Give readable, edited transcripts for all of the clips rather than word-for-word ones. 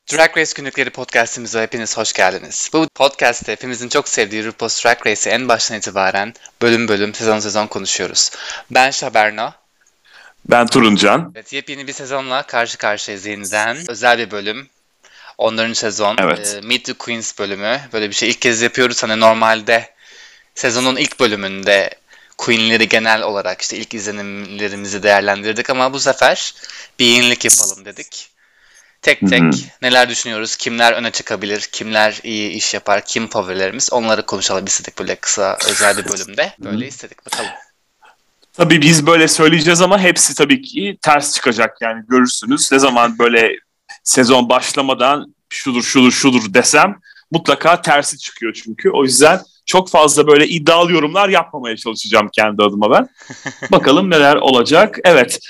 Drag Race Günlükleri podcastimize hepiniz hoş geldiniz. Bu podcastte hepimizin çok sevdiği RuPaul's Drag Race'i en baştan itibaren bölüm bölüm, sezon sezon konuşuyoruz. Ben Şaberna. Ben Turuncan. Evet, yepyeni bir sezonla karşı karşıyayız yeniden. Özel bir bölüm. 14. sezon. Evet. Meet the Queens bölümü. Böyle bir şey ilk kez yapıyoruz. Hani normalde sezonun ilk bölümünde Queen'leri genel olarak işte ilk izlenimlerimizi değerlendirdik ama bu sefer bir yenilik yapalım dedik. Tek tek neler düşünüyoruz, kimler öne çıkabilir, kimler iyi iş yapar, kim favorilerimiz onları konuşalım istedik böyle kısa özel bir bölümde. Böyle istedik bakalım. Tabii biz böyle söyleyeceğiz ama hepsi tabii ki ters çıkacak yani görürsünüz. Ne zaman böyle sezon başlamadan şudur desem mutlaka tersi çıkıyor çünkü. O yüzden çok fazla böyle iddialı yorumlar yapmamaya çalışacağım kendi adıma ben. Bakalım neler olacak. Evet,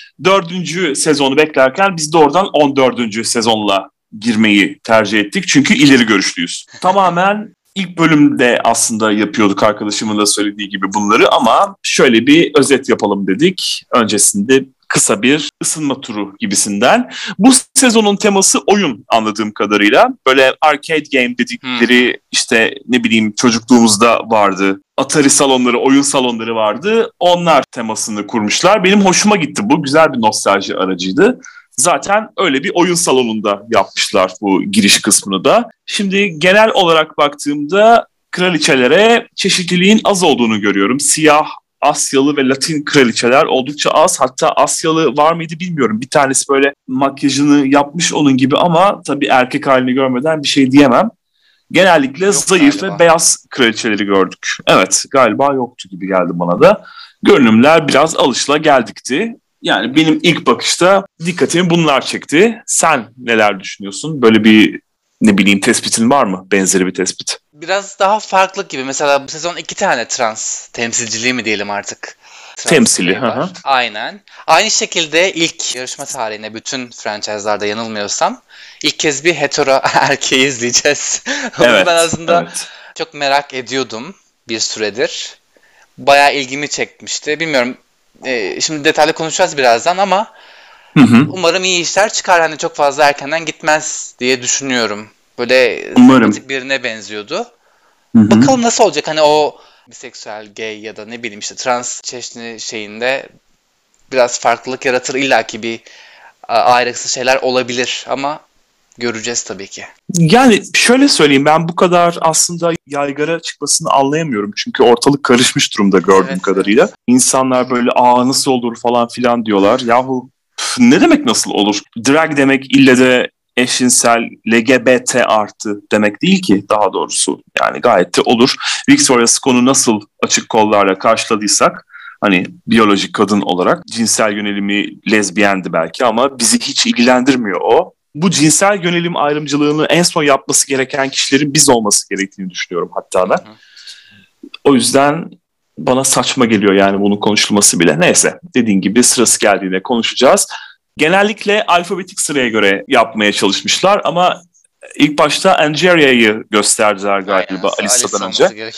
4. sezonu beklerken biz de oradan 14. sezonla girmeyi tercih ettik. Çünkü ileri görüşlüyüz. Tamamen ilk bölümde aslında yapıyorduk arkadaşımın da söylediği gibi bunları ama şöyle bir özet yapalım dedik. Öncesinde kısa bir ısınma turu gibisinden. Bu sezonun teması oyun anladığım kadarıyla. Böyle arcade game dedikleri işte ne bileyim çocukluğumuzda vardı. Atari salonları, oyun salonları vardı. Onlar temasını kurmuşlar. Benim hoşuma gitti bu. Güzel bir nostalji aracıydı. Zaten öyle bir oyun salonunda yapmışlar bu giriş kısmını da. Şimdi genel olarak baktığımda kraliçelere çeşitliliğin az olduğunu görüyorum. Siyah, Asyalı ve Latin kraliçeler oldukça az. Hatta Asyalı var mıydı bilmiyorum. Bir tanesi böyle makyajını yapmış onun gibi ama tabii erkek halini görmeden bir şey diyemem. Genellikle yok zayıf galiba. Ve beyaz kraliçeleri gördük. Evet, galiba yoktu gibi geldi bana da. Görünümler biraz alışılageldikti. Yani benim ilk bakışta dikkatimi bunlar çekti. Sen neler düşünüyorsun? Böyle bir ne bileyim tespitin var mı? Benzeri bir tespit. Biraz daha farklı gibi. Mesela bu sezon 2 tane trans temsilciliği mi diyelim artık? Temsili. Var. Aynen. Aynı şekilde ilk yarışma tarihinde bütün franchise'larda yanılmıyorsam ilk kez bir hetero erkeği izleyeceğiz. Evet, ben aslında çok merak ediyordum bir süredir. Bayağı ilgimi çekmişti. Bilmiyorum. Şimdi detaylı konuşacağız birazdan ama umarım iyi işler çıkar. Hani çok fazla erkenden gitmez diye düşünüyorum. Böyle sempatik birine benziyordu. Bakalım nasıl olacak? Hani o biseksüel, gay ya da ne bileyim işte trans çeşitli şeyinde biraz farklılık yaratır. İllaki bir ayrıksı şeyler olabilir ama göreceğiz tabii ki. Yani şöyle söyleyeyim, ben bu kadar aslında yaygara çıkmasını anlayamıyorum. Çünkü ortalık karışmış durumda gördüğüm kadarıyla. Evet. İnsanlar böyle nasıl olur falan filan diyorlar. Yahu ne demek nasıl olur? Drag demek ille de eşcinsel, LGBT artı demek değil ki daha doğrusu. Yani gayet de olur. Victoria's Scone'u nasıl açık kollarla karşıladıysak, hani biyolojik kadın olarak cinsel yönelimi lezbiyendi belki ama bizi hiç ilgilendirmiyor o. Bu cinsel yönelim ayrımcılığını en son yapması gereken kişilerin biz olması gerektiğini düşünüyorum hatta ben. O yüzden bana saçma geliyor yani bunun konuşulması bile. Neyse, dediğin gibi sırası geldiğinde konuşacağız. Genellikle alfabetik sıraya göre yapmaya çalışmışlar ama ilk başta Angeria'yı gösterdiler galiba Alissa'dan önce.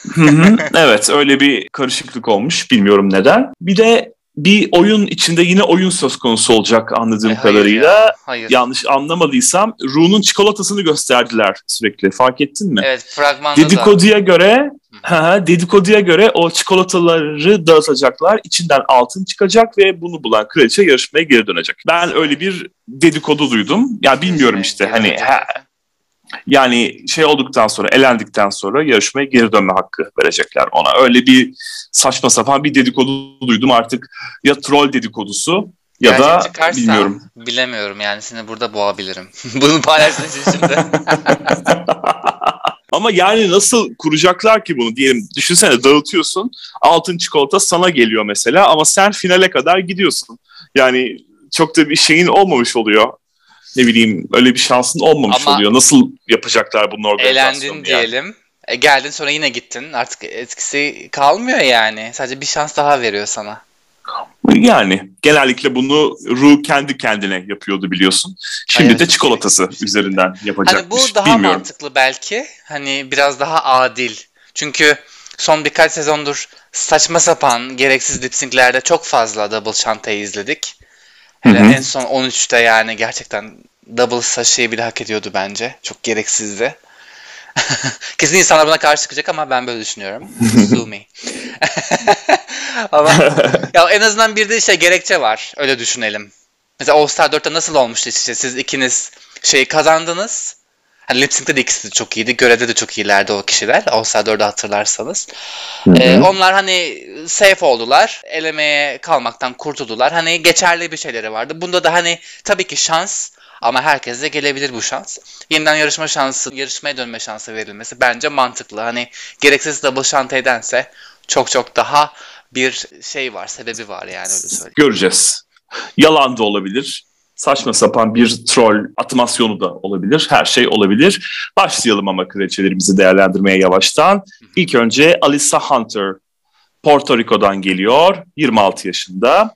Evet, öyle bir karışıklık olmuş, bilmiyorum neden. Bir de bir oyun içinde yine oyun söz konusu olacak anladığım kadarıyla. Hayır. Yanlış anlamadıysam Ru'nun çikolatasını gösterdiler sürekli. Fark ettin mi? Evet, fragmanda Dedikoduya göre o çikolataları dağıtacaklar. İçinden altın çıkacak ve bunu bulan kraliçe yarışmaya geri dönecek. Ben öyle bir dedikodu duydum. Ya bilmiyorum işte hani yani şey olduktan sonra, elendikten sonra yarışmaya geri dönme hakkı verecekler ona. Öyle bir saçma sapan bir dedikodu duydum artık. Ya troll dedikodusu ya da bilmiyorum. Bilemiyorum yani, seni burada boğabilirim. Bunu paylaştığın için şimdi. Ama yani nasıl kuracaklar ki bunu diyelim, düşünsene dağıtıyorsun, altın çikolata sana geliyor mesela ama sen finale kadar gidiyorsun. Yani çok da bir şeyin olmamış oluyor. Ne bileyim, öyle bir şansın olmamış oluyor. Nasıl yapacaklar bunun organizasyonunu? Elendin diyelim. Geldin sonra yine gittin. Artık etkisi kalmıyor yani. Sadece bir şans daha veriyor sana. Yani genellikle bunu Ru kendi kendine yapıyordu biliyorsun. Şimdi de çikolatası üzerinden yapacakmış. Hani bu daha mantıklı belki. Hani biraz daha adil. Çünkü son birkaç sezondur saçma sapan, gereksiz lip-sync'lerde çok fazla double çantayı izledik. Hele en son 13'te yani gerçekten double sachet bile hak ediyordu bence. Çok gereksizdi. Kesin insanlar buna karşı çıkacak ama ben böyle düşünüyorum. Sue me. Ama ya en azından bir de gerekçe var. Öyle düşünelim. Mesela All Star 4'te nasıl olmuştu işte siz ikiniz kazandınız. Hani lip sync'te de ikisi de çok iyiydi. Görevde de çok iyilerdi o kişiler. All Star 4'ü hatırlarsanız. Onlar hani safe oldular. Elemeye kalmaktan kurtuldular. Hani geçerli bir şeyleri vardı. Bunda da hani tabii ki şans ama herkese gelebilir bu şans. Yeniden yarışma şansı, yarışmaya dönme şansı verilmesi bence mantıklı. Hani gereksiz double şantedense çok çok daha bir var, sebebi var yani öyle söyleyeyim. Göreceğiz. Yalan da olabilir. Saçma sapan bir troll atmasyonu da olabilir. Her şey olabilir. Başlayalım ama kraliçelerimizi değerlendirmeye yavaştan. İlk önce Alyssa Hunter. Porto Rico'dan geliyor. 26 yaşında.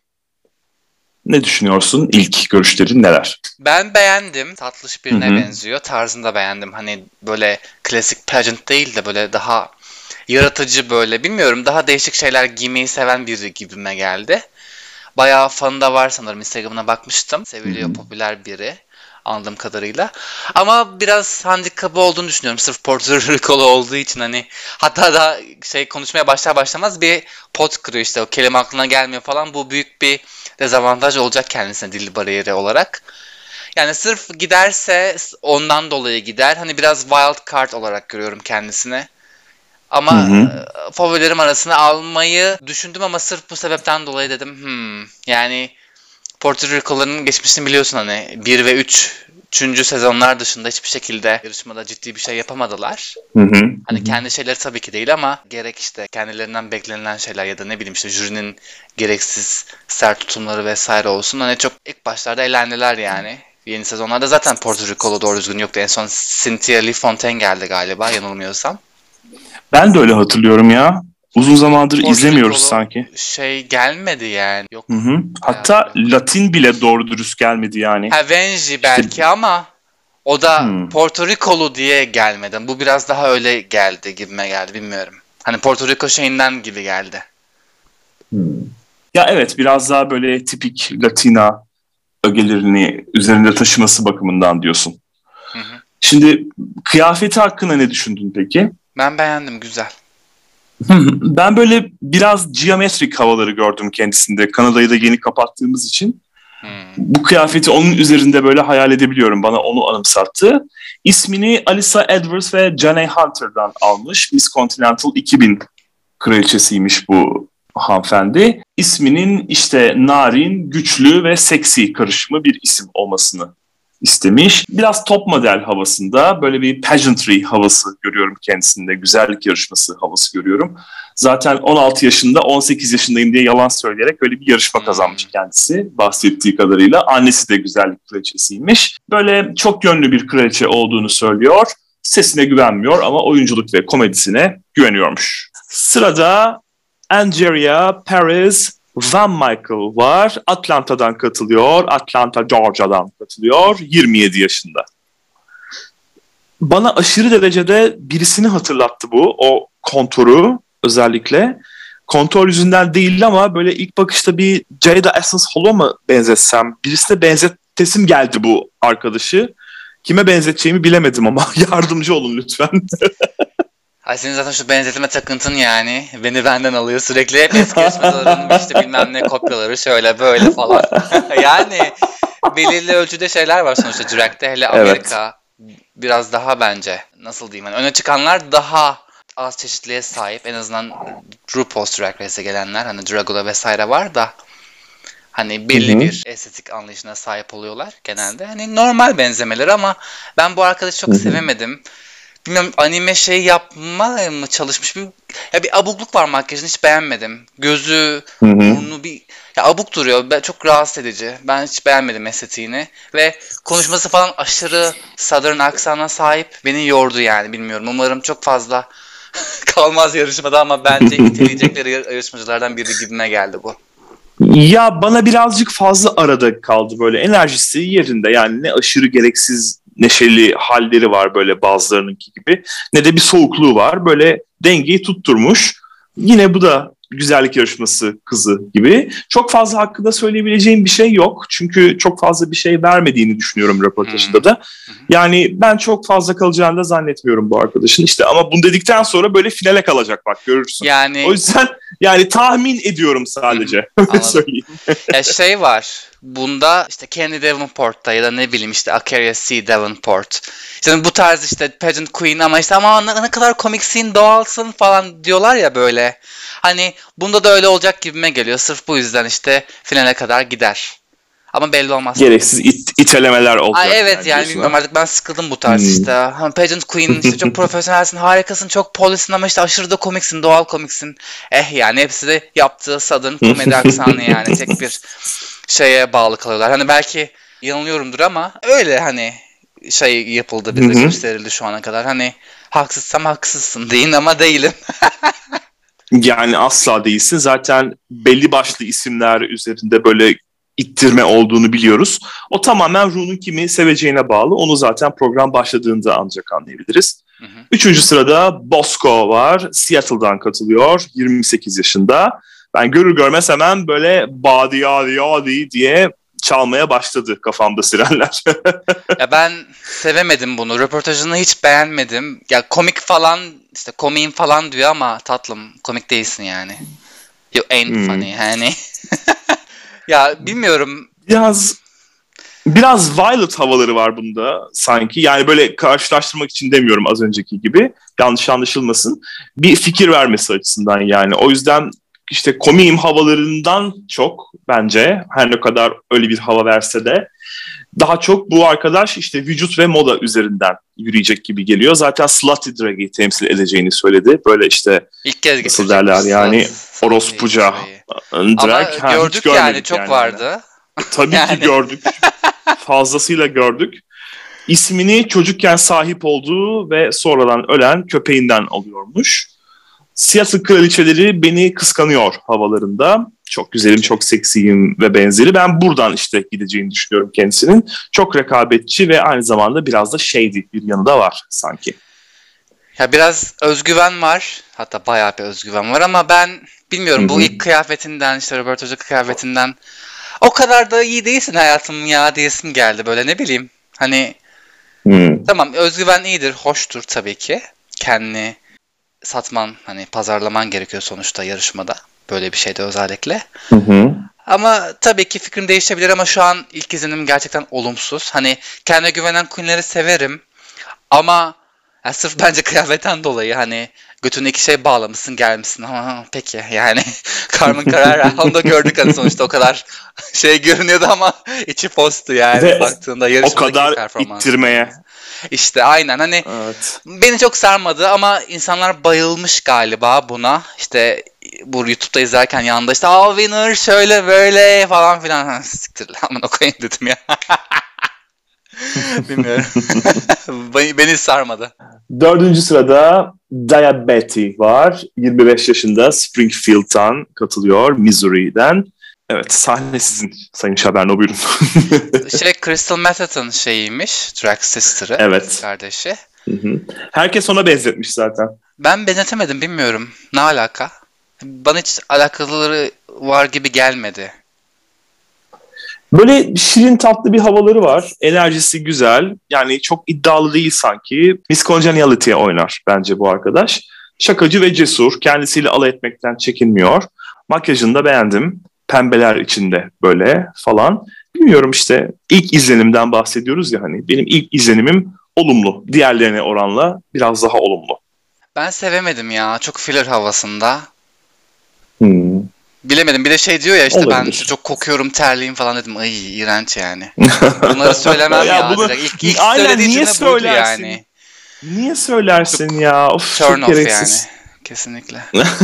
Ne düşünüyorsun? İlk görüşlerin neler? Ben beğendim. Tatlış birine benziyor. Tarzını da beğendim. Hani böyle klasik pageant değil de böyle daha yaratıcı böyle bilmiyorum daha değişik şeyler giymeyi seven biri gibime geldi. Bayağı fanı da var sanırım. Instagram'ına bakmıştım. Seviliyor, popüler biri anladığım kadarıyla. Ama biraz handikapı olduğunu düşünüyorum. Sırf Porto Rico'lu olduğu için hani hatta da konuşmaya başlar başlamaz bir pot kırıyor işte. O kelime aklına gelmiyor falan. Bu büyük bir dezavantaj olacak kendisine dil bariyeri olarak. Yani sırf giderse ondan dolayı gider. Hani biraz wild card olarak görüyorum kendisini. Ama favorilerim arasına almayı düşündüm ama sırf bu sebepten dolayı dedim yani Porto Rico'ların geçmişini biliyorsun hani 1 ve 3. sezonlar dışında hiçbir şekilde yarışmada ciddi bir şey yapamadılar. Hani kendi şeyleri tabii ki değil ama gerek işte kendilerinden beklenilen şeyler ya da ne bileyim işte jürinin gereksiz sert tutumları vesaire olsun. Hani çok ilk başlarda eğlendiler yani. Yeni sezonlarda zaten Porto Rico'lu doğru düzgün yoktu. En son Cynthia Lee Fontaine geldi galiba yanılmıyorsam. Ben de öyle hatırlıyorum ya. Uzun zamandır Porto izlemiyoruz Rico'lu sanki. Gelmedi yani. Yok. Hatta Latin bile doğru dürüst gelmedi yani. Ha Venji belki ama o da Porto Rico'lu diye gelmedi. Bu biraz daha öyle geldi gibime geldi bilmiyorum. Hani Porto Rico şeyinden gibi geldi. Ya evet biraz daha böyle tipik Latina ögelerini üzerinde taşıması bakımından diyorsun. Şimdi kıyafeti hakkında ne düşündün peki? Ben beğendim, güzel. Ben böyle biraz geometrik havaları gördüm kendisinde. Kanada'yı da yeni kapattığımız için. Bu kıyafeti onun üzerinde böyle hayal edebiliyorum. Bana onu anımsattı. İsmini Alyssa Edwards ve Janae Hunter'dan almış. Miss Continental 2000 kraliçesiymiş bu hanımefendi. İsminin işte narin, güçlü ve seksi karışımı bir isim olmasını istemiş. Biraz top model havasında böyle bir pageantry havası görüyorum kendisinde. Güzellik yarışması havası görüyorum. Zaten 16 yaşında 18 yaşındayım diye yalan söyleyerek öyle bir yarışma kazanmış kendisi bahsettiği kadarıyla. Annesi de güzellik kraliçesiymiş. Böyle çok yönlü bir kraliçe olduğunu söylüyor. Sesine güvenmiyor ama oyunculuk ve komedisine güveniyormuş. Sırada Angeria Paris Van Michael var. Atlanta'dan katılıyor. Atlanta, Georgia'dan katılıyor. 27 yaşında. Bana aşırı derecede birisini hatırlattı bu. O kontoru özellikle. Kontor yüzünden değil ama böyle ilk bakışta bir Jada Essence Hall'a mı benzetsem? Birisine benzetesim geldi bu arkadaşı. Kime benzeteceğimi bilemedim ama yardımcı olun lütfen. Ay senin zaten şu benzetme takıntın yani. Beni benden alıyor sürekli. Hep eski yarışmaların işte bilmem ne kopyaları şöyle böyle falan. Yani belirli ölçüde şeyler var sonuçta drag'de. Hele Amerika biraz daha bence nasıl diyeyim. Yani öne çıkanlar daha az çeşitliğe sahip. En azından RuPaul's Drag Race'e gelenler. Hani Dragula vesaire var da. Hani belli bir estetik anlayışına sahip oluyorlar genelde. Hani normal benzemeleri ama ben bu arkadaşı çok sevemedim. Bilmiyorum anime yapma mı çalışmış bir abukluk var makyajın hiç beğenmedim. Gözü, burnu abuk duruyor. Çok rahatsız edici. Ben hiç beğenmedim estetiğini ve konuşması falan aşırı Southern aksana sahip. Beni yordu yani bilmiyorum. Umarım çok fazla kalmaz yarışmada ama bence iteleyecekleri yarışmacılardan biri gibime geldi bu. Ya bana birazcık fazla arada kaldı böyle enerjisi yerinde yani ne aşırı gereksiz neşeli halleri var böyle bazılarınınki gibi ne de bir soğukluğu var böyle dengeyi tutturmuş. Yine bu da güzellik yarışması kızı gibi. Çok fazla hakkında söyleyebileceğim bir şey yok. Çünkü çok fazla bir şey vermediğini düşünüyorum röportajında da. Yani ben çok fazla kalacağını da zannetmiyorum bu arkadaşın. İşte ama bunu dedikten sonra böyle finale kalacak, bak görürsün. Yani... O yüzden yani tahmin ediyorum sadece. Söyleyeyim. Ya şey var. Bunda işte Kenny Davenport'ta ya da ne bileyim işte Acaria C. Davenport. İşte bu tarz işte pageant queen ama işte ama ne kadar komiksin, doğalsın falan diyorlar ya böyle. Hani bunda da öyle olacak gibime geliyor. Sırf bu yüzden işte finale kadar gider. Ama belli olmaz. Gereksiz itelemeler olacak. Evet yani bilmiyorum artık, ben sıkıldım bu tarz işte. Hani pageant queen işte çok profesyonelsin, harikasın, çok polisin ama işte aşırı da komiksin, doğal komiksin. Yani hepsi de yaptığı Southern komedi aksanı yani. Tek bir şeye bağlı kalıyorlar. Hani belki yanılıyorumdur ama öyle hani şey yapıldı, bize gösterildi şu ana kadar. Hani haksızsam haksızsın deyin ama değilim. Yani asla değilsin. Zaten belli başlı isimler üzerinde böyle ittirme olduğunu biliyoruz. O tamamen Ru'nun kimi seveceğine bağlı. Onu zaten program başladığında ancak anlayabiliriz. Üçüncü sırada Bosco var. Seattle'dan katılıyor. 28 yaşında. Ben görür görmez hemen böyle badi yadi diye çalmaya başladı kafamda sirenler. Ya ben sevemedim bunu. Röportajını hiç beğenmedim. Ya komik falan, işte komiğim falan diyor ama tatlım komik değilsin yani. You ain't funny yani. Ya bilmiyorum. Biraz Violet havaları var bunda sanki. Yani böyle karşılaştırmak için demiyorum, az önceki gibi. Yanlış anlaşılmasın. Bir fikir vermesi açısından yani. O yüzden işte komiğim havalarından çok bence, her ne kadar öyle bir hava verse de, daha çok bu arkadaş işte vücut ve moda üzerinden yürüyecek gibi geliyor. Zaten Slutty Drag'i temsil edeceğini söyledi. Böyle işte İlk kez nasıl derler yani, orospuca drag. Ama gördük yani, çok yani vardı. Tabii yani. Ki gördük. Fazlasıyla gördük. İsmini çocukken sahip olduğu ve sonradan ölen köpeğinden alıyormuş. Seattle kraliçeleri beni kıskanıyor havalarında. Çok güzelim, çok seksiyim ve benzeri. Ben buradan işte gideceğini düşünüyorum kendisinin. Çok rekabetçi ve aynı zamanda biraz da shady bir yanı da var sanki. Ya biraz özgüven var. Hatta bayağı bir özgüven var ama ben bilmiyorum, bu ilk kıyafetinden, işte röportajı kıyafetinden o kadar da iyi değilsin hayatım ya diyesim geldi böyle, ne bileyim. Hani tamam, özgüven iyidir, hoştur tabii ki. Kendini satman, hani pazarlaman gerekiyor sonuçta yarışmada. Böyle bir şeyde özellikle. Ama tabii ki fikrim değişebilir ama şu an ilk izlenim gerçekten olumsuz. Hani kendine güvenen queenleri severim. Ama yani sırf bence kıyafetten dolayı hani götüne iki şey bağlamışsın gelmişsin. Ha, peki yani Carmen Carrera onu da gördük hani sonuçta, o kadar şey görünüyordu ama içi postu yani ve baktığında yarışmadaki o kadar performans. İttirmeye. İşte aynen hani evet. Beni çok sarmadı ama insanlar bayılmış galiba buna. İşte bu YouTube'da izlerken yanında işte winner şöyle böyle falan filan. Siktir lan, amına koyayım dedim ya. Bilmiyorum. Beni sarmadı. 4. sırada Diabetes var. 25 yaşında, Springfield'dan katılıyor, Missouri'den. Evet, sahne sizin Sayın Şaberno, buyurun. Crystal Method'ın şeyiymiş, Drag Sister'ı, evet. Kardeşi. Herkes ona benzetmiş zaten. Ben benzetemedim, bilmiyorum. Ne alaka? Bana hiç alakaları var gibi gelmedi. Böyle şirin tatlı bir havaları var. Enerjisi güzel. Yani çok iddialı değil sanki. Miss Congeniality'ye oynar bence bu arkadaş. Şakacı ve cesur. Kendisiyle alay etmekten çekinmiyor. Makyajını da beğendim. Pembeler içinde böyle falan. Bilmiyorum işte, ilk izlenimden bahsediyoruz ya hani. Benim ilk izlenimim olumlu. Diğerlerine oranla biraz daha olumlu. Ben sevemedim ya. Çok filler havasında. Bilemedim. Bir de şey diyor ya işte, olabilir. Ben çok kokuyorum, terliyim falan dedim. Ay iğrenç yani. Bunları söylemem ya. Bunu, ilk söylediği cümle buydu yani. Niye söylersin çok ya? Of, turn off gereksiz. Yani. Kesinlikle.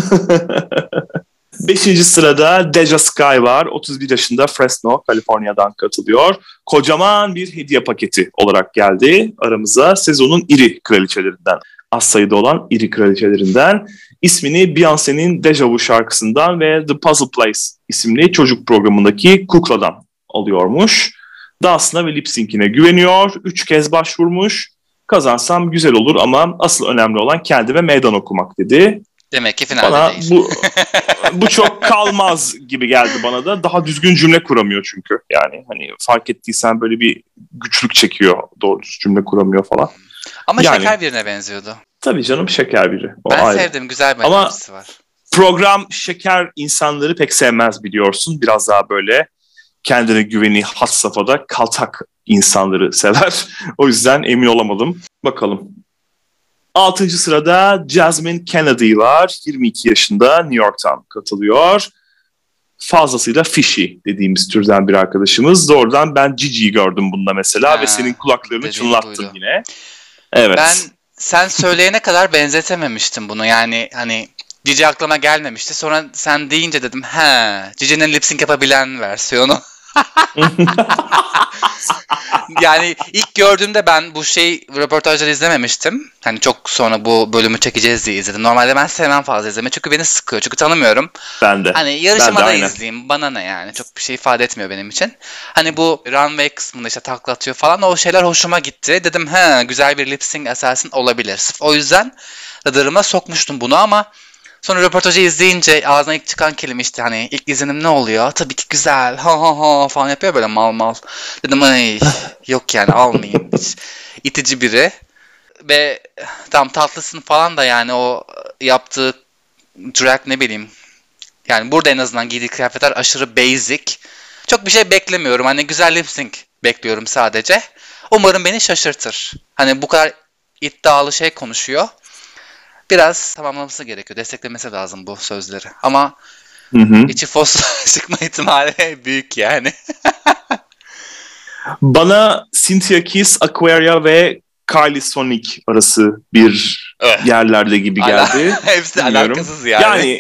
5. sırada Deja Sky var. 31 yaşında, Fresno, Kaliforniya'dan katılıyor. Kocaman bir hediye paketi olarak geldi aramıza. Sezonun iri kraliçelerinden. Az sayıda olan iri kraliçelerinden. İsmini Beyoncé'nin Deja Vu şarkısından ve The Puzzle Place isimli çocuk programındaki kukladan alıyormuş. Dansına ve lip sync'ine güveniyor. 3 kez başvurmuş. Kazansam güzel olur ama asıl önemli olan kendime meydan okumak dedi. Demek ki finalde değil. Bu çok kalmaz gibi geldi bana da. Daha düzgün cümle kuramıyor çünkü. Yani hani fark ettiysen böyle bir güçlük çekiyor. Doğru cümle kuramıyor falan. Ama yani, şeker birine benziyordu. Tabii canım, şeker biri. Ben ayrı sevdim. Güzel bir enerjisi var. Program şeker insanları pek sevmez biliyorsun. Biraz daha böyle kendine güveni has safhada kaltak insanları sever. O yüzden emin olamadım. Bakalım. 6. sırada Jasmine Kennedy var. 22 yaşında, New York'tan katılıyor. Fazlasıyla fishy dediğimiz türden bir arkadaşımız. Doğrudan ben Gigi'yi gördüm bunda mesela ve senin kulaklarını çınlattım yine. Evet. Sen söyleyene kadar benzetememiştim bunu. Yani hani Gigi aklıma gelmemişti. Sonra sen deyince dedim Gigi'nin lip sync yapabilen versiyonu. Yani ilk gördüğümde ben bu röportajları izlememiştim. Hani çok sonra bu bölümü çekeceğiz diye izledim. Normalde ben sevmem fazla izlemeyi çünkü beni sıkıyor. Çünkü tanımıyorum. Ben de. Hani yarışmada izleyeyim. Bana ne yani. Çok bir şey ifade etmiyor benim için. Hani bu runway kısmında işte takla atıyor falan, o şeyler hoşuma gitti. Dedim güzel bir lip sync Assassin olabilir. Sırf o yüzden radarıma sokmuştum bunu ama sonra röportajı izleyince ağzına ilk çıkan kelime işte hani ilk izlenim ne oluyor? Tabii ki güzel ha falan yapıyor böyle mal. Dedim yok yani almayayım. Hiç itici biri. Ve tam tatlısın falan da yani o yaptığı drag ne bileyim. Yani burada en azından giydiği kıyafetler aşırı basic. Çok bir şey beklemiyorum. Hani güzel lip sync bekliyorum sadece. Umarım beni şaşırtır. Hani bu kadar iddialı şey konuşuyor. Biraz tamamlaması gerekiyor. Desteklemesi lazım bu sözleri. Ama içi fos çıkma ihtimali büyük yani. Bana Cynthia Kiss, Aquaria ve Kylie Sonic arası bir yerlerde gibi geldi. Hepsi alakasız yani. Yani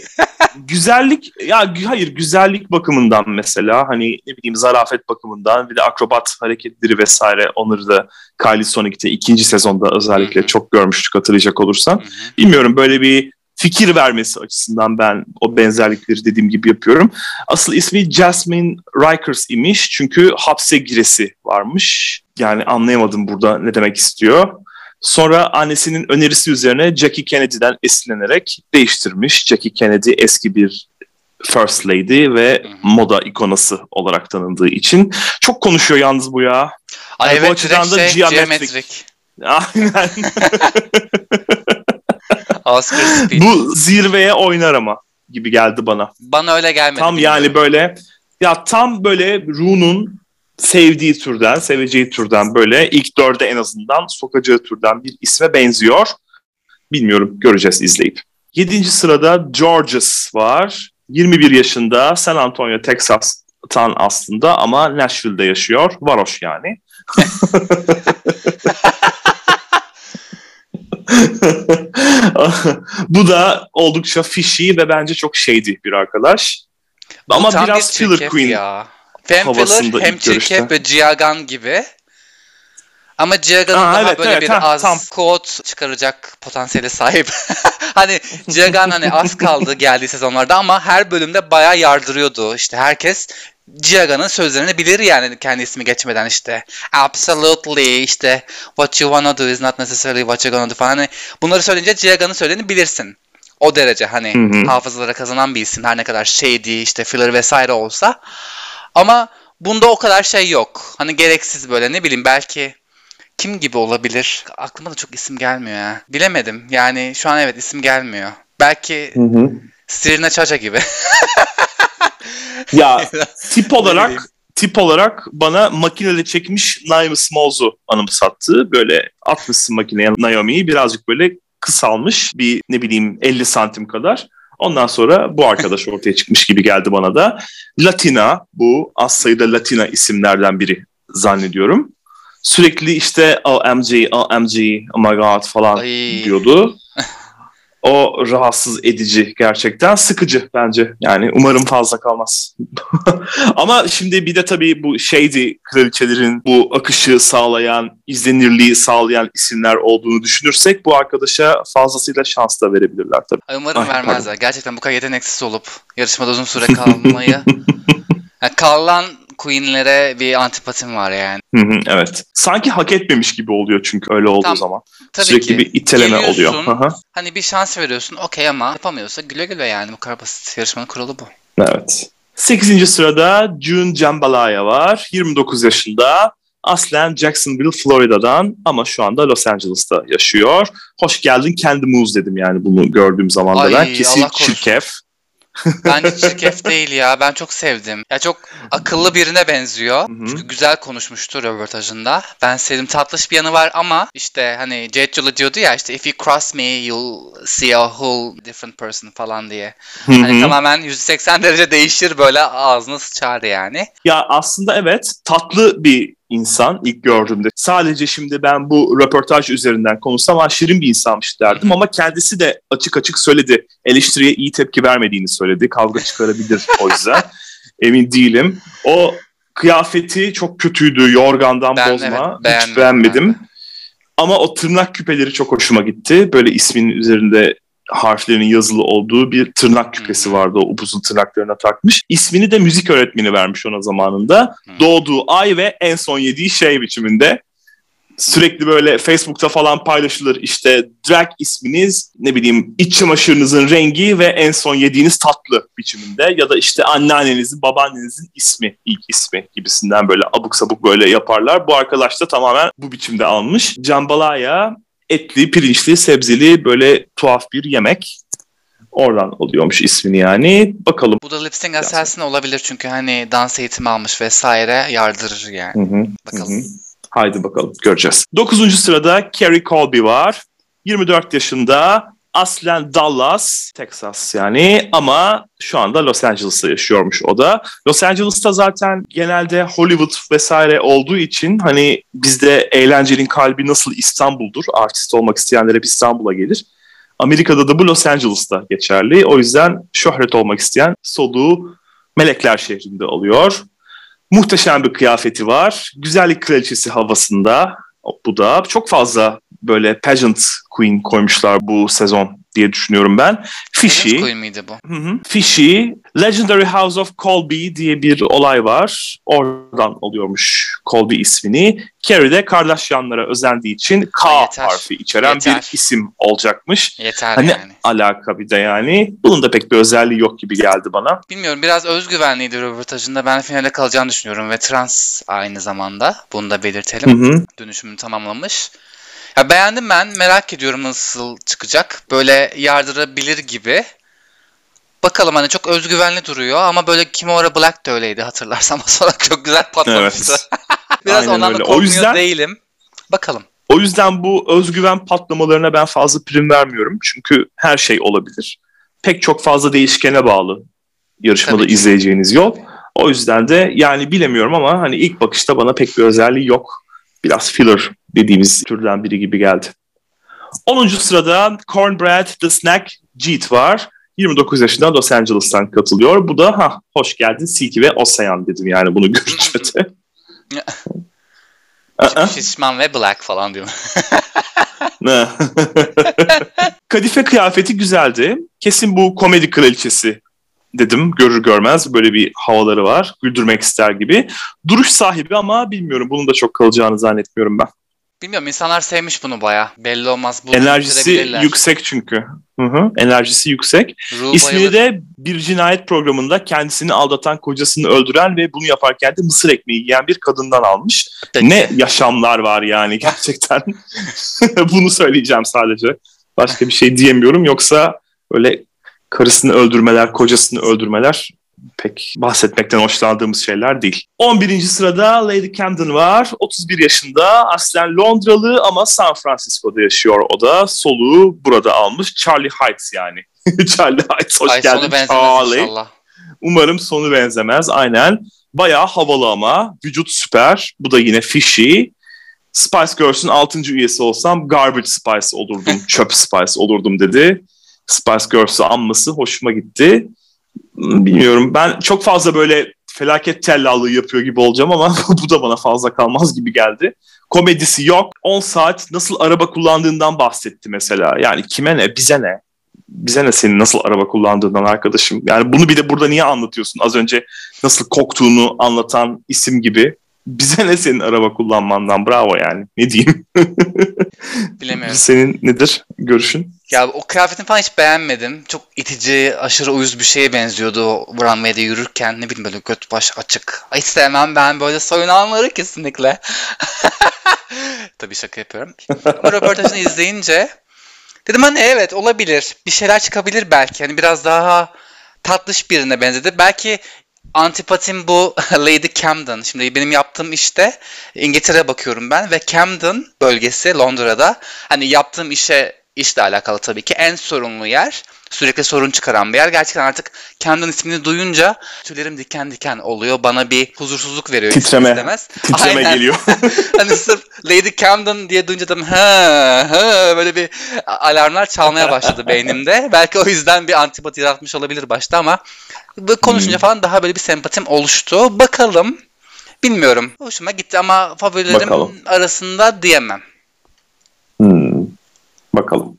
güzellik bakımından mesela hani ne bileyim zarafet bakımından bir de akrobat hareketleri vesaire, onları da Kylie Sonic'te 2. sezonda özellikle çok görmüştük hatırlayacak olursan. Bilmiyorum, böyle bir fikir vermesi açısından ben o benzerlikleri dediğim gibi yapıyorum. Asıl ismi Jasmine Rikers imiş çünkü hapse giresi varmış. Yani anlayamadım burada ne demek istiyor. Sonra annesinin önerisi üzerine Jackie Kennedy'den esinlenerek değiştirmiş. Jackie Kennedy eski bir First Lady ve moda ikonası olarak tanındığı için. Çok konuşuyor yalnız bu ya. Ay evet, bu açıdan da geometrik. Aynen. Oscar speech. Bu zirveye oynar ama gibi geldi bana. Bana öyle gelmedi. Tam yani böyle tam böyle Ru'nun seveceği türden böyle ilk 4'e en azından sokacağı türden bir isme benziyor. Bilmiyorum, göreceğiz izleyip. 7. sırada Georges var. 21 yaşında, San Antonio, Texas'tan aslında ama Nashville'de yaşıyor. Varoş yani. Bu da oldukça fishy ve bence çok shady bir arkadaş. Ama biraz filler queen ya. Hem filler hem çirkef ve Giagan gibi. Ama Giagan'ın daha böyle az quote çıkaracak potansiyeli sahip. Hani Giagan hani az kaldı geldiği sezonlarda ama her bölümde bayağı yardırıyordu. İşte herkes Giagan'ın sözlerini bilir yani kendi ismi geçmeden işte. Absolutely, işte what you wanna do is not necessarily what you're gonna do falan. Hani bunları söyleyince Giagan'ın söylediğini bilirsin. O derece hani hafızalara kazanan bir isim, her ne kadar shady işte filler vesaire olsa. Ama bunda o kadar şey yok. Hani gereksiz böyle ne bileyim, belki kim gibi olabilir? Aklıma da çok isim gelmiyor ya. Bilemedim. Yani şu an evet isim gelmiyor. Belki Sirina Chacha gibi. Ya tip olarak bana makinede çekmiş Naomi Smalls'u anımsattı. Böyle atmışsın makineye Naomi'yi, birazcık böyle kısalmış bir ne bileyim 50 santim kadar. Ondan sonra bu arkadaş ortaya çıkmış gibi geldi bana da. Latina, bu az sayıda Latina isimlerden biri zannediyorum. Sürekli işte OMG, oh my god falan diyordu. O rahatsız edici, gerçekten sıkıcı bence. Yani umarım fazla kalmaz. Ama şimdi bir de tabii bu shady kraliçelerin bu akışı sağlayan, izlenirliği sağlayan isimler olduğunu düşünürsek bu arkadaşa fazlasıyla şans da verebilirler tabii. Umarım vermezler. Gerçekten bu kadar yeteneksiz olup yarışmada uzun süre kalmayı. Yani Queen'lere bir antipatim var yani. Evet. Sanki hak etmemiş gibi oluyor çünkü öyle olduğu zaman. Tabii sürekli ki. Bir iteleme oluyor. Hani bir şans veriyorsun okey ama yapamıyorsa güle güle yani. Bu kadar basit. Yarışmanın kuralı bu. Evet. 8. sırada June Jambalaya var. 29 yaşında. Aslen Jacksonville, Florida'dan ama şu anda Los Angeles'ta yaşıyor. Hoş geldin Candy Muse dedim yani bunu gördüğüm zaman da ben. Kesin çirkef. Bence çirkef değil ya. Ben çok sevdim. Ya çok akıllı birine benziyor. Çünkü güzel konuşmuştu röportajında. Ben sevdim. Tatlış bir yanı var ama işte hani Jet Yolu diyordu ya işte if you cross me you'll see a whole different person falan diye. Hani tamamen 180 derece değişir böyle ağzına sıçar yani. Ya aslında evet tatlı bir insan ilk gördüğümde. Sadece şimdi ben bu röportaj üzerinden konuşsam şirin bir insanmış derdim ama kendisi de açık açık söyledi. Eleştiriye iyi tepki vermediğini söyledi. Kavga çıkarabilir o yüzden. Emin değilim. O kıyafeti çok kötüydü. Yorgandan bozma. Evet, hiç beğenmedim. Ama o tırnak küpeleri çok hoşuma gitti. Böyle isminin üzerinde harflerinin yazılı olduğu bir tırnak küpesi vardı. O upuzun tırnaklarına takmış. İsmini de müzik öğretmeni vermiş ona zamanında. Doğduğu ay ve en son yediği şey biçiminde. Sürekli böyle Facebook'ta falan paylaşılır. İşte drag isminiz, ne bileyim iç çamaşırınızın rengi ve en son yediğiniz tatlı biçiminde. Ya da işte anneannenizin, babaannenizin ismi, ilk ismi gibisinden böyle abuk sabuk böyle yaparlar. Bu arkadaş da tamamen bu biçimde almış. Jambalaya etli, pirinçli, sebzeli böyle tuhaf bir yemek. Oradan oluyormuş ismini yani. Bakalım. Bu da Lip Sync Assassin olabilir çünkü hani dans eğitimi almış vesaire yardırır yani. Bakalım. Haydi bakalım göreceğiz. 9. sırada Kerry Colby var. 24 yaşında. Aslen Dallas, Texas yani ama şu anda Los Angeles'ta yaşıyormuş o da. Los Angeles'ta zaten genelde Hollywood vesaire olduğu için hani bizde eğlencenin kalbi nasıl İstanbul'dur. Artist olmak isteyenler hep İstanbul'a gelir. Amerika'da da bu Los Angeles'ta geçerli. O yüzden şöhret olmak isteyen soluğu Melekler şehrinde oluyor. Muhteşem bir kıyafeti var. Güzellik kraliçesi havasında. Bu da çok fazla böyle pageant queen koymuşlar bu sezon diye düşünüyorum ben. Pageant queen miydi bu? Fishy, Legendary House of Colby diye bir olay var. Oradan oluyormuş Colby ismini. Carrie de Kardashianlara özendiği için K harfi içeren bir isim olacakmış. Yeter hani yani. Alaka bir de yani. Bunun da pek bir özelliği yok gibi geldi bana. Bilmiyorum biraz özgüvenliydi röportajında. Ben finale kalacağını düşünüyorum ve trans aynı zamanda. Bunu da belirtelim. Dönüşümünü tamamlamış. Ya beğendim ben. Merak ediyorum nasıl çıkacak. Böyle yardırabilir gibi. Bakalım hani çok özgüvenli duruyor ama böyle Kimora Black de öyleydi hatırlarsan. Sonra çok güzel patlamıştı. Evet. Biraz aynen ondan öyle. Da korkmuyor değilim. Bakalım. O yüzden bu özgüven patlamalarına ben fazla prim vermiyorum. Çünkü her şey olabilir. Pek çok fazla değişkene bağlı yarışmada izleyeceğiniz yol. O yüzden de yani bilemiyorum ama hani ilk bakışta bana pek bir özelliği yok. Biraz filler dediğimiz türden biri gibi geldi. 10. sırada Cornbread The Snack Jeet var. 29 yaşında Los Angeles'tan katılıyor. Bu da hoş geldin Silky ve Ocean dedim yani bunu görünce de. Şişman ve Black falan diyorum. Kadife kıyafeti güzeldi. Kesin bu komedi kraliçesi dedim. Görür görmez böyle bir havaları var. Güldürmek ister gibi. Duruş sahibi ama bilmiyorum. Bunun da çok kalacağını zannetmiyorum ben. Bilmiyorum. İnsanlar sevmiş bunu bayağı. Belli olmaz. Enerjisi yüksek çünkü. Enerjisi yüksek. İsmini de bir cinayet programında kendisini aldatan kocasını öldüren ve bunu yaparken de mısır ekmeği yiyen bir kadından almış. Peki. Ne yaşamlar var yani gerçekten. Bunu söyleyeceğim sadece. Başka bir şey diyemiyorum. Yoksa öyle karısını öldürmeler, kocasını öldürmeler pek bahsetmekten hoşlandığımız şeyler değil. 11. sırada Lady Camden var. 31 yaşında. Aslen Londralı ama San Francisco'da yaşıyor o da. Soluğu burada almış. Charlie Heights yani. Charlie Heights hoş geldin. Sonu benzemez Charlie. İnşallah. Umarım sonu benzemez. Aynen. Bayağı havalı ama. Vücut süper. Bu da yine Fishy. Spice Girls'ün 6. üyesi olsam Garbage Spice olurdum. Çöp Spice olurdum dedi. Spice Girls'ü anması hoşuma gitti. Bilmiyorum ben çok fazla böyle felaket tellallığı yapıyor gibi olacağım ama bu da bana fazla kalmaz gibi geldi. Komedisi yok. 10 saat nasıl araba kullandığından bahsetti mesela. Yani kime ne bize ne. Bize ne senin nasıl araba kullandığından arkadaşım. Yani bunu bir de burada niye anlatıyorsun? Az önce nasıl koktuğunu anlatan isim gibi. Bize ne senin araba kullanmandan, bravo yani. Ne diyeyim? Bilemiyorum. Senin nedir görüşün? Ya o kıyafetini falan hiç beğenmedim. Çok itici, aşırı uyuz bir şeye benziyordu o runway'de yürürken. Ne bileyim böyle göt baş açık. Hiç sevmem ben böyle soyunanları kesinlikle. Tabii şaka yapıyorum. Ama röportajını izleyince dedim hani evet olabilir. Bir şeyler çıkabilir belki. Hani biraz daha tatlış birine benzedi. Belki antipatim bu Lady Camden. Şimdi benim yaptığım işte İngiltere'ye bakıyorum ben ve Camden bölgesi Londra'da hani yaptığım işle alakalı tabii ki en sorunlu yer. Sürekli sorun çıkaran bir yer. Gerçekten artık Camden ismini duyunca tüylerim diken diken oluyor. Bana bir huzursuzluk veriyor Titreme. istemez. Titreme geliyor. Hani sırf Lady Camden diye duyunca da böyle bir alarmlar çalmaya başladı beynimde. Belki o yüzden bir antipati yaratmış olabilir başta ama bu konuşunca falan daha böyle bir sempatim oluştu. Bakalım. Bilmiyorum. Hoşuma gitti ama favorilerim arasında diyemem. Bakalım.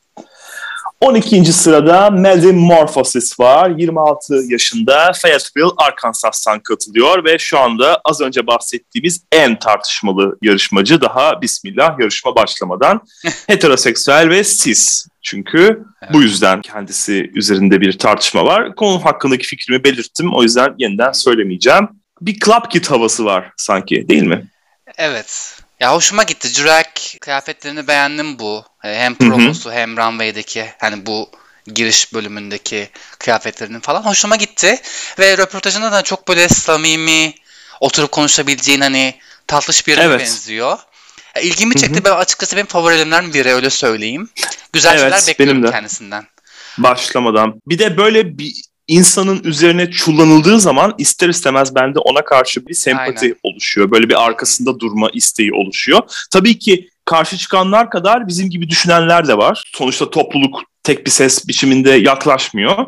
12. sırada Metamorphosis var. 26 yaşında Fayetteville, Arkansas'tan katılıyor ve şu anda az önce bahsettiğimiz en tartışmalı yarışmacı, daha bismillah yarışma başlamadan. Heteroseksüel ve cis. Çünkü bu yüzden kendisi üzerinde bir tartışma var. Konu hakkındaki fikrimi belirttim. O yüzden yeniden söylemeyeceğim. Bir Club Kid havası var sanki, değil mi? Evet. Ya hoşuma gitti. Drag kıyafetlerini beğendim bu. Hem promosu hem runway'deki hani bu giriş bölümündeki kıyafetlerinin falan hoşuma gitti. Ve röportajında da çok böyle samimi, oturup konuşabileceğin hani tatlış birine benziyor. İlgimi çekti. Ben açıkçası benim favorilerimden biri, öyle söyleyeyim. Güzel şeyler bekliyorum kendisinden. Başlamadan. Bir de böyle bir insanın üzerine çullanıldığı zaman ister istemez bende ona karşı bir sempati oluşuyor. Böyle bir arkasında durma isteği oluşuyor. Tabii ki karşı çıkanlar kadar bizim gibi düşünenler de var. Sonuçta topluluk tek bir ses biçiminde yaklaşmıyor.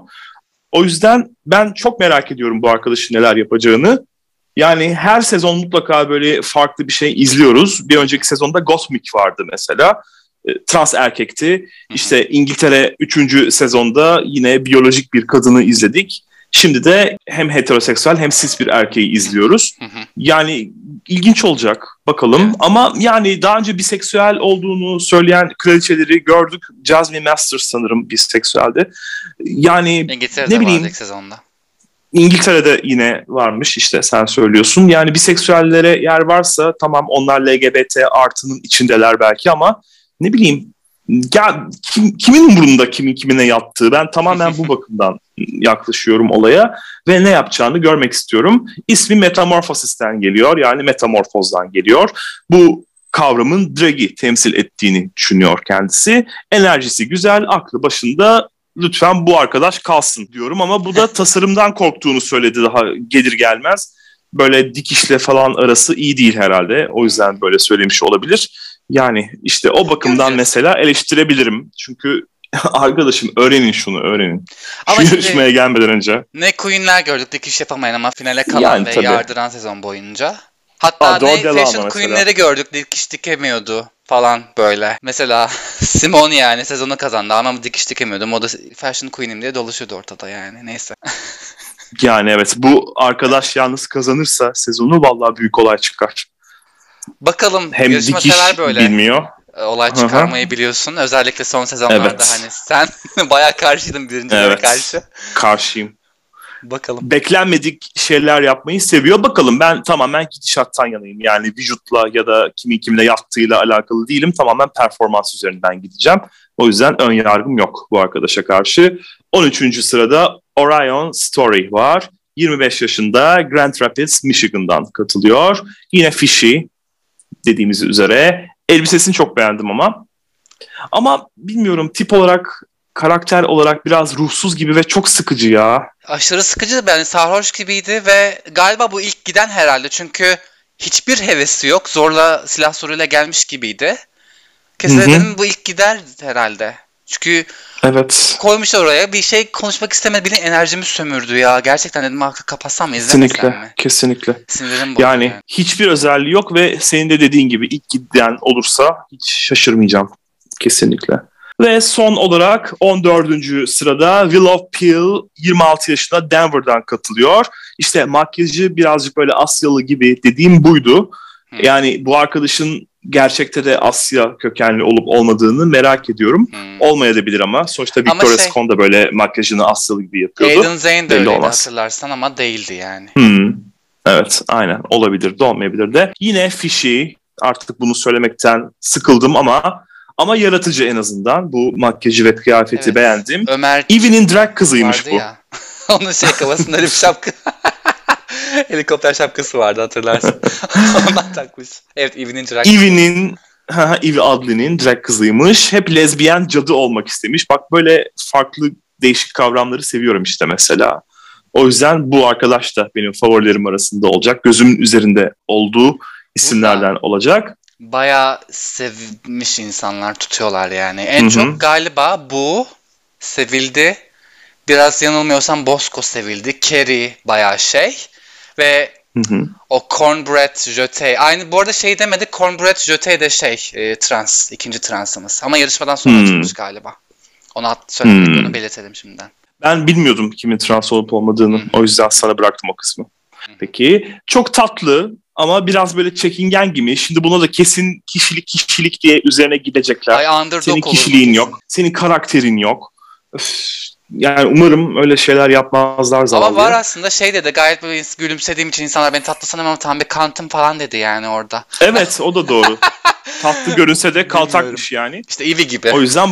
O yüzden ben çok merak ediyorum bu arkadaşın neler yapacağını. Yani her sezon mutlaka böyle farklı bir şey izliyoruz. Bir önceki sezonda Gottmik vardı mesela. Trans erkekti. İşte İngiltere 3. sezonda yine biyolojik bir kadını izledik. Şimdi de hem heteroseksüel hem cis bir erkeği izliyoruz. Yani ilginç olacak bakalım. Ama yani daha önce biseksüel olduğunu söyleyen kraliçeleri gördük. Jasmine Masters sanırım biseksüeldi. Yani İngiltere'de ne bileyim. Sezonda. İngiltere'de yine varmış, işte sen söylüyorsun. Yani biseksüellere yer varsa tamam, onlar LGBT artının içindeler belki ama ne bileyim ya kimin umurunda kimin kimine yattığı, ben tamamen bu bakımdan yaklaşıyorum olaya ve ne yapacağını görmek istiyorum. İsmi Metamorphosis'ten geliyor, yani metamorfozdan geliyor. Bu kavramın drag'i temsil ettiğini düşünüyor kendisi. Enerjisi güzel, aklı başında, lütfen bu arkadaş kalsın diyorum ama bu da tasarımdan korktuğunu söyledi daha gelir gelmez. Böyle dikişle falan arası iyi değil herhalde, o yüzden böyle söylemiş olabilir. Yani işte o bakımdan mesela eleştirebilirim. Çünkü arkadaşım öğrenin şunu, öğrenin. Ama şu yarışmaya gelmeden önce. Ne queenler gördük dikiş yapamayan ama finale kalan yani, ve yardıran sezon boyunca. Hatta ne fashion queenleri gördük dikiş dikemiyordu falan böyle. Mesela Simone yani sezonu kazandı ama dikiş dikemiyordu. Moda fashion queen'im diye dolaşıyordu ortada yani, neyse. Yani evet, bu arkadaş yalnız kazanırsa sezonu vallahi büyük olay çıkar. Bakalım, hem dikiş böyle bilmiyor. Olay çıkarmayı biliyorsun. Özellikle son sezonlarda hani sen bayağı karşıydın birincilere karşı. Karşıyım. Bakalım. Beklenmedik şeyler yapmayı seviyor. Bakalım, ben tamamen gidişattan yanayım. Yani vücutla ya da kimin kimle yattığıyla alakalı değilim. Tamamen performans üzerinden gideceğim. O yüzden ön yargım yok bu arkadaşa karşı. 13. sırada Orion Story var. 25 yaşında, Grand Rapids, Michigan'dan katılıyor. Yine fishy dediğimiz üzere. Elbisesini çok beğendim ama. Ama bilmiyorum, tip olarak, karakter olarak biraz ruhsuz gibi ve çok sıkıcı ya. Aşırı sıkıcı, yani sarhoş gibiydi ve galiba bu ilk giden herhalde. Çünkü hiçbir hevesi yok. Zorla silah soruyla gelmiş gibiydi. Kesin dedim bu ilk gider herhalde. Çünkü koymuşlar oraya, bir şey konuşmak istemedi, bile enerjimi sömürdü ya. Gerçekten dedim kapatsam mı, izlemesem mi? Kesinlikle. Sinirim bozuldu yani hiçbir özelliği yok ve senin de dediğin gibi ilk giden olursa hiç şaşırmayacağım. Kesinlikle. Ve son olarak 14. sırada Willow Pill 26 yaşında Denver'dan katılıyor. İşte makyajı birazcık böyle Asyalı gibi dediğim buydu. Yani bu arkadaşın gerçekte de Asya kökenli olup olmadığını merak ediyorum. Olmayabilir ama. Sonuçta Victoria's Second da böyle makyajını Asyalı gibi yapıyordu. Aiden Zane de öyleydi hatırlarsan ama değildi yani. Evet, aynen. Olabilir de olmayabilir de. Yine Fishy. Artık bunu söylemekten sıkıldım ama yaratıcı en azından. Bu makyajı ve kıyafeti beğendim. Ömer Eve'nin drag kızıymış bu. Ya. Onun kafasında bir şapka. Helikopter şapkası vardı hatırlarsın. Ondan takmış. Evet, Eve'nin drag kızı. Eve Adley'nin drag kızıymış. Hep lezbiyen cadı olmak istemiş. Bak böyle farklı değişik kavramları seviyorum işte mesela. O yüzden bu arkadaş da benim favorilerim arasında olacak. Gözümün üzerinde olduğu isimlerden olacak. Bayağı sevmiş insanlar tutuyorlar yani. En çok galiba bu sevildi. Biraz yanılmıyorsam Bosco sevildi. Carrie bayağı ve o Cornbread Jeté. Aynı bu arada demedi, Cornbread Jeté de trans, ikinci transımız. Ama yarışmadan sonra çıkmış galiba. Onu söylemek, onu belirtelim şimdiden. Ben bilmiyordum kimin trans olup olmadığını. O yüzden sana bıraktım o kısmı. Peki. Çok tatlı ama biraz böyle çekingen gibi. Şimdi buna da kesin kişilik diye üzerine gidecekler. Senin kişiliğin yok. Senin karakterin yok. Yani umarım öyle şeyler yapmazlar zavallı. Ama var aslında dedi, gayet böyle gülümsediğim için insanlar beni tatlı sanıyor ama tam bir kantım falan dedi yani orada. Evet, o da doğru. Tatlı görünse de kaltakmış yani. İşte Ivy gibi. O yüzden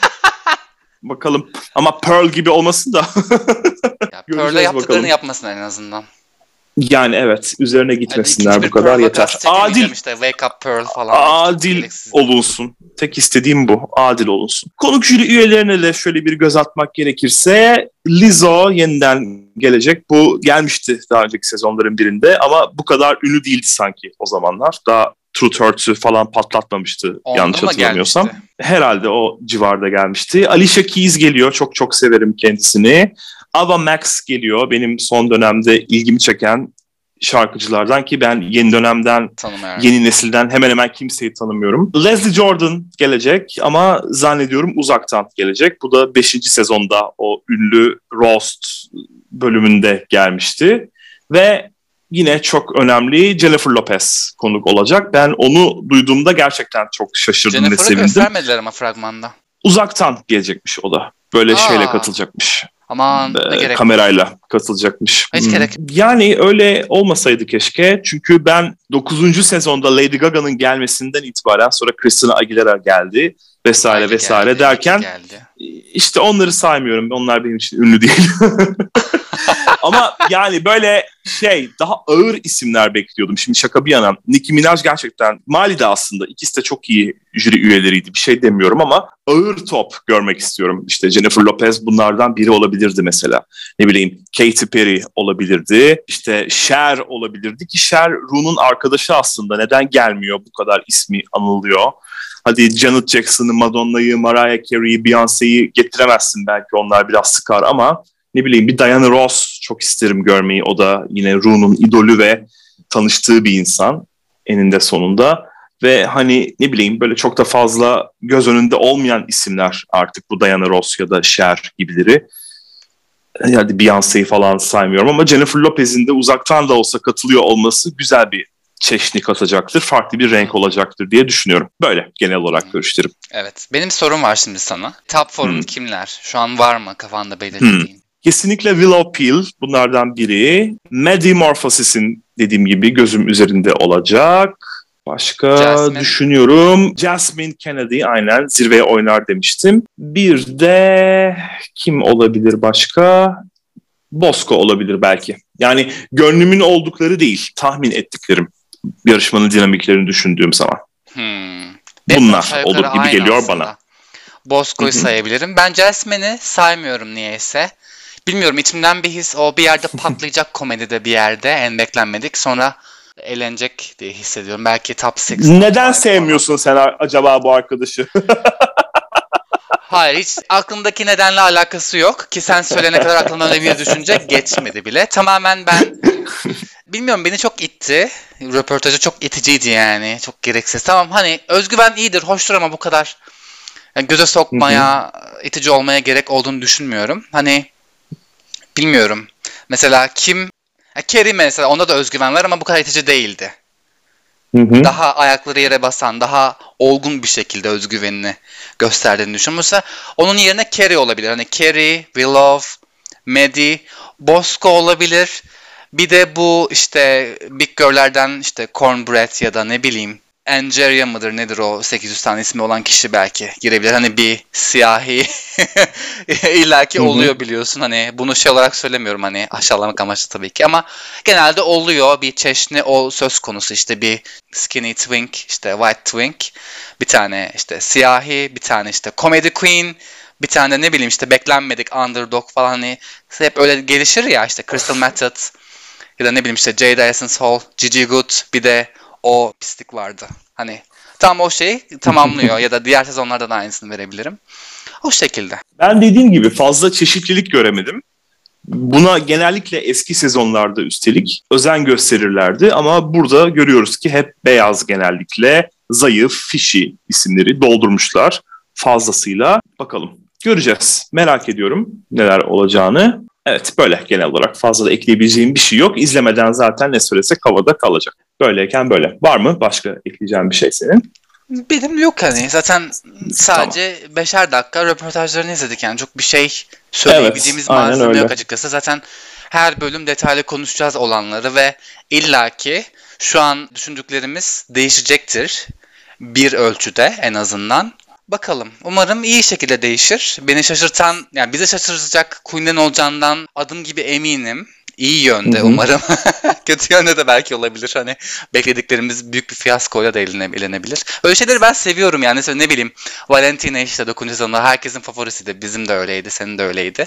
bakalım. Ama Pearl gibi olmasın da. Pearl'e yaptıklarını yapmasın en azından. Yani evet, üzerine gitmesinler, bu kadar yeter. Adil. İşte Wake Up Pearl falan. Adil olunsun. Tek istediğim bu. Adil olunsun. Konuk jüri üyelerine de şöyle bir göz atmak gerekirse Lizzo yeniden gelecek. Bu gelmişti daha önceki sezonların birinde ama bu kadar ünlü değildi sanki o zamanlar. Daha Truth Hurt'ü falan patlatmamıştı yanlış hatırlamıyorsam. Herhalde o civarda gelmişti. Alicia Keys geliyor. Çok çok severim kendisini. Ava Max geliyor. Benim son dönemde ilgimi çeken şarkıcılardan ki ben yeni dönemden, yeni nesilden hemen hemen kimseyi tanımıyorum. Leslie Jordan gelecek ama zannediyorum uzaktan gelecek. Bu da 5. sezonda o ünlü Roast bölümünde gelmişti. Ve yine çok önemli Jennifer Lopez konuk olacak. Ben onu duyduğumda gerçekten çok şaşırdım ve sevindim. Jennifer'ı göstermediler ama fragmanda. Uzaktan gelecekmiş o da. Böyle şeyle katılacakmış. Aman ne gerek. Kamerayla katılacakmış. Hiç gerek. Yani öyle olmasaydı keşke. Çünkü ben 9. sezonda Lady Gaga'nın gelmesinden itibaren sonra Christina Aguilera geldi vesaire derken işte onları saymıyorum. Onlar benim için ünlü değil. Ama yani böyle daha ağır isimler bekliyordum. Şimdi şaka bir yana. Nicki Minaj gerçekten, Mali de aslında ikisi de çok iyi jüri üyeleriydi. Bir şey demiyorum ama ağır top görmek istiyorum. İşte Jennifer Lopez bunlardan biri olabilirdi mesela. Ne bileyim Katy Perry olabilirdi. İşte Cher olabilirdi ki Cher Ru'nun arkadaşı aslında. Neden gelmiyor, bu kadar ismi anılıyor? Hadi Janet Jackson'ı, Madonna'yı, Mariah Carey'i, Beyoncé'yi getiremezsin belki, onlar biraz sıkar ama ne bileyim bir Diana Ross çok isterim görmeyi. O da yine Ru'nun idolü ve tanıştığı bir insan eninde sonunda. Ve hani ne bileyim böyle çok da fazla göz önünde olmayan isimler artık bu Diana Ross ya da Cher gibileri. Yani Beyoncé'yi falan saymıyorum ama Jennifer Lopez'in de uzaktan da olsa katılıyor olması güzel bir çeşni katacaktır. Farklı bir renk olacaktır diye düşünüyorum. Böyle genel olarak görüşlerim. Evet. Benim sorum var şimdi sana. Top 4'un kimler? Şu an var mı kafanda belirlediğin? Kesinlikle Willow Pill bunlardan biri. Maddie Morphosis'in dediğim gibi gözüm üzerinde olacak. Başka düşünüyorum. Jasmine Kennedy aynen zirveye oynar demiştim. Bir de kim olabilir başka? Bosco olabilir belki. Yani gönlümün oldukları değil, tahmin ettiklerim. Yarışmanın dinamiklerini düşündüğüm zaman. Bunlar olur gibi geliyor aslında bana. Bosco'yu sayabilirim. Ben Jasmine'i saymıyorum niyeyse. Bilmiyorum, içimden bir his, o bir yerde patlayacak komedide bir yerde, en beklenmedik. Sonra eğlenecek diye hissediyorum. Belki top 6. Neden sevmiyorsun sen acaba bu arkadaşı? Hayır, hiç aklımdaki nedenle alakası yok. Ki sen söylene kadar aklımdan öyle bir düşünce geçmedi bile. Tamamen ben bilmiyorum, beni çok itti. Röportajı çok iticiydi yani. Çok gereksiz. Tamam, hani özgüven iyidir, hoştur ama bu kadar Yani göze sokmaya, itici olmaya gerek olduğunu düşünmüyorum. Hani bilmiyorum. Mesela Carrie mesela, onda da özgüven var ama bu kadar itici değildi. Daha ayakları yere basan, daha olgun bir şekilde özgüvenini gösterdiğini düşünüyorum. Mesela onun yerine Carrie olabilir. Hani Carrie, Willow, Maddie, Bosco olabilir. Bir de bu işte Big Girl'lerden işte Cornbread ya da ne bileyim Angeria mıdır nedir o 800 tane ismi olan kişi belki girebilir. Hani bir siyahi illaki oluyor biliyorsun. Hani bunu şey olarak söylemiyorum, hani aşağılamak amaçlı tabii ki, ama genelde oluyor. Bir çeşni o söz konusu, işte bir skinny twink, işte white twink, bir tane işte siyahi, bir tane işte comedy queen, bir tane de ne bileyim işte beklenmedik underdog falan, hani hep öyle gelişir ya, işte Crystal Method ya da ne bileyim işte Jada Essence Hall, Gigi Good, bir de o pislik vardı. Hani tam o şeyi tamamlıyor ya da diğer sezonlarda da aynısını verebilirim. O şekilde. Ben dediğim gibi fazla çeşitlilik göremedim. Buna genellikle eski sezonlarda üstelik özen gösterirlerdi ama burada görüyoruz ki hep beyaz, genellikle zayıf, fishy isimleri doldurmuşlar fazlasıyla. Bakalım, göreceğiz. Merak ediyorum neler olacağını. Evet, böyle genel olarak fazla da ekleyebileceğim bir şey yok. İzlemeden zaten ne söylesek havada kalacak. Böyleyken böyle. Var mı başka ekleyeceğim bir şey senin? Benim yok, hani zaten sadece tamam. 5'er dakika röportajlarını izledik, yani çok bir şey söyleyebildiğimiz malzeme yok açıkçası. Zaten her bölüm detaylı konuşacağız olanları ve illaki şu an düşündüklerimiz değişecektir bir ölçüde en azından. Bakalım. Umarım iyi şekilde değişir. Beni şaşırtan, yani bizi şaşırtacak Queen'den olacağından adım gibi eminim. İyi yönde umarım. Kötü yönde de belki olabilir. Hani beklediklerimiz büyük bir fiyaskoyla da elenebilir. Öyle şeyleri ben seviyorum yani. Mesela ne bileyim, Valentina işte 9. sezonda herkesin favorisiydi. Bizim de öyleydi, senin de öyleydi.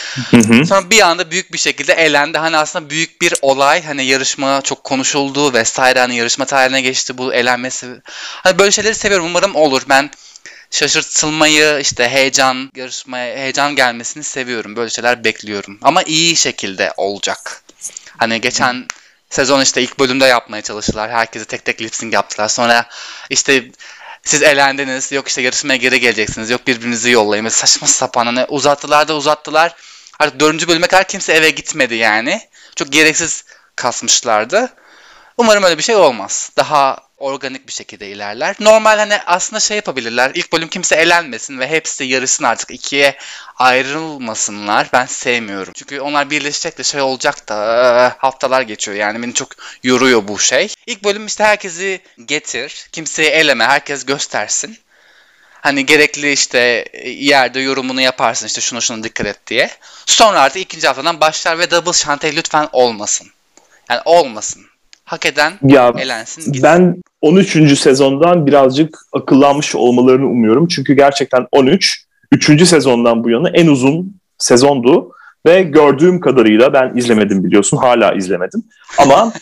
Sonra bir anda büyük bir şekilde elendi. Hani aslında büyük bir olay. Hani yarışma çok konuşuldu vesaire. Hani yarışma tarihine geçti bu elenmesi. Hani böyle şeyleri seviyorum. Umarım olur. Ben şaşırtılmayı, işte yarışmaya heyecan gelmesini seviyorum. Böyle şeyler bekliyorum. Ama iyi şekilde olacak. Hani geçen sezon işte ilk bölümde yapmaya çalıştılar. Herkese tek tek lip sync yaptılar. Sonra işte siz elendiniz. Yok işte yarışmaya geri geleceksiniz. Yok birbirinizi yollayın. Saçma sapan, hani uzattılar. Artık 4. bölüme kadar kimse eve gitmedi yani. Çok gereksiz kasmışlardı. Umarım öyle bir şey olmaz. Daha organik bir şekilde ilerler. Normal hani aslında şey yapabilirler. İlk bölüm kimse elenmesin ve hepsi yarışsın, artık ikiye ayrılmasınlar. Ben sevmiyorum. Çünkü onlar birleşecek de şey olacak da haftalar geçiyor. Yani beni çok yoruyor bu şey. İlk bölüm işte herkesi getir. Kimseyi eleme. Herkes göstersin. Hani gerekli işte yerde yorumunu yaparsın, işte şuna dikkat et diye. Sonra artık ikinci haftadan başlar ve double şantay lütfen olmasın. Yani olmasın. Hak eden elensin gitsin. Ben 13. sezondan birazcık akıllanmış olmalarını umuyorum. Çünkü gerçekten 3. sezondan bu yana en uzun sezondu. Ve gördüğüm kadarıyla, ben izlemedim biliyorsun, hala izlemedim. Ama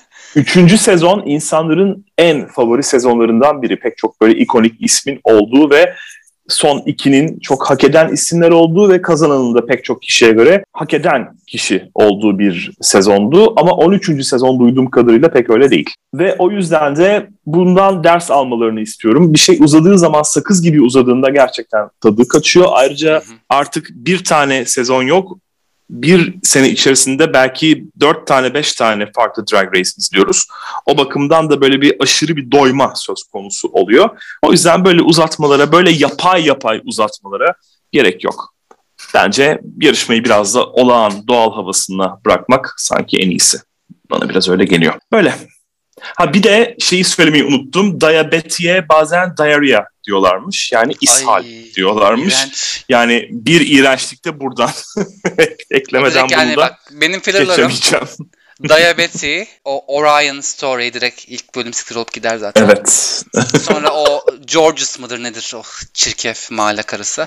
3. sezon insanların en favori sezonlarından biri. Pek çok böyle ikonik ismin olduğu ve son 2'nin çok hak eden isimler olduğu ve kazananın da pek çok kişiye göre hak eden kişi olduğu bir sezondu. Ama 13. sezon duyduğum kadarıyla pek öyle değil. Ve o yüzden de bundan ders almalarını istiyorum. Bir şey uzadığı zaman, sakız gibi uzadığında gerçekten tadı kaçıyor. Ayrıca artık bir tane sezon yok. Bir sene içerisinde belki 4 tane 5 tane farklı Drag Race izliyoruz. O bakımdan da böyle bir aşırı bir doyma söz konusu oluyor. O yüzden böyle uzatmalara, böyle yapay uzatmalara gerek yok. Bence yarışmayı biraz da olağan, doğal havasına bırakmak sanki en iyisi. Bana biraz öyle geliyor. Böyle. Ha, bir de şeyi söylemeyi unuttum. Diyabetiye bazen diarrhea diyorlarmış. Yani ishal diyorlarmış. İğrenç. Yani bir iğrençlik de buradan eklemeden yani bunu da bak, benim fillerlerim Diabetes, o Orion Story direkt ilk bölüm siktir olup gider zaten. Evet. Sonra o Georges mıdır nedir o çirkef mahalle karısı.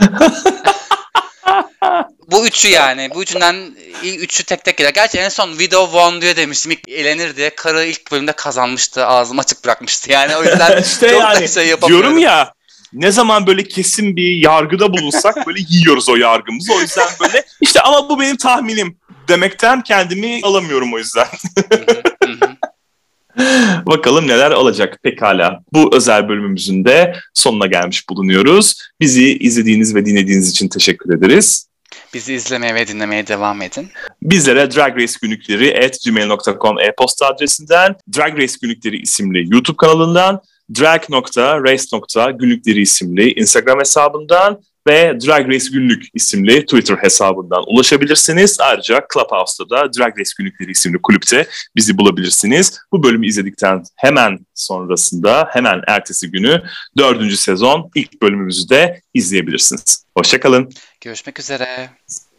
Bu üçü yani. Bu üçünden üçü tek tek gider. Gerçi en son Widow won diye demiştim. İlk elenir diye. Karı ilk bölümde kazanmıştı. Ağzımı açık bırakmıştı. Yani o yüzden işte çok yani, da şey yapamıyorum. Diyorum ya, ne zaman böyle kesin bir yargıda bulunsak böyle yiyoruz o yargımızı. O yüzden böyle işte, ama bu benim tahminim demekten kendimi alamıyorum o yüzden. Bakalım neler olacak. Pekala. Bu özel bölümümüzün de sonuna gelmiş bulunuyoruz. Bizi izlediğiniz ve dinlediğiniz için teşekkür ederiz. Bizi izlemeye ve dinlemeye devam edin. Bizlere Drag Race Günlükleri @gmail.com e-posta adresinden, Drag Race Günlükleri isimli YouTube kanalından, drag.race.günlükleri isimli Instagram hesabından ve Drag Race Günlük isimli Twitter hesabından ulaşabilirsiniz. Ayrıca Clubhouse'da da Drag Race Günlükleri isimli kulüpte bizi bulabilirsiniz. Bu bölümü izledikten hemen sonrasında, hemen ertesi günü 4. sezon ilk bölümümüzü de izleyebilirsiniz. Hoşça kalın. Görüşmek üzere.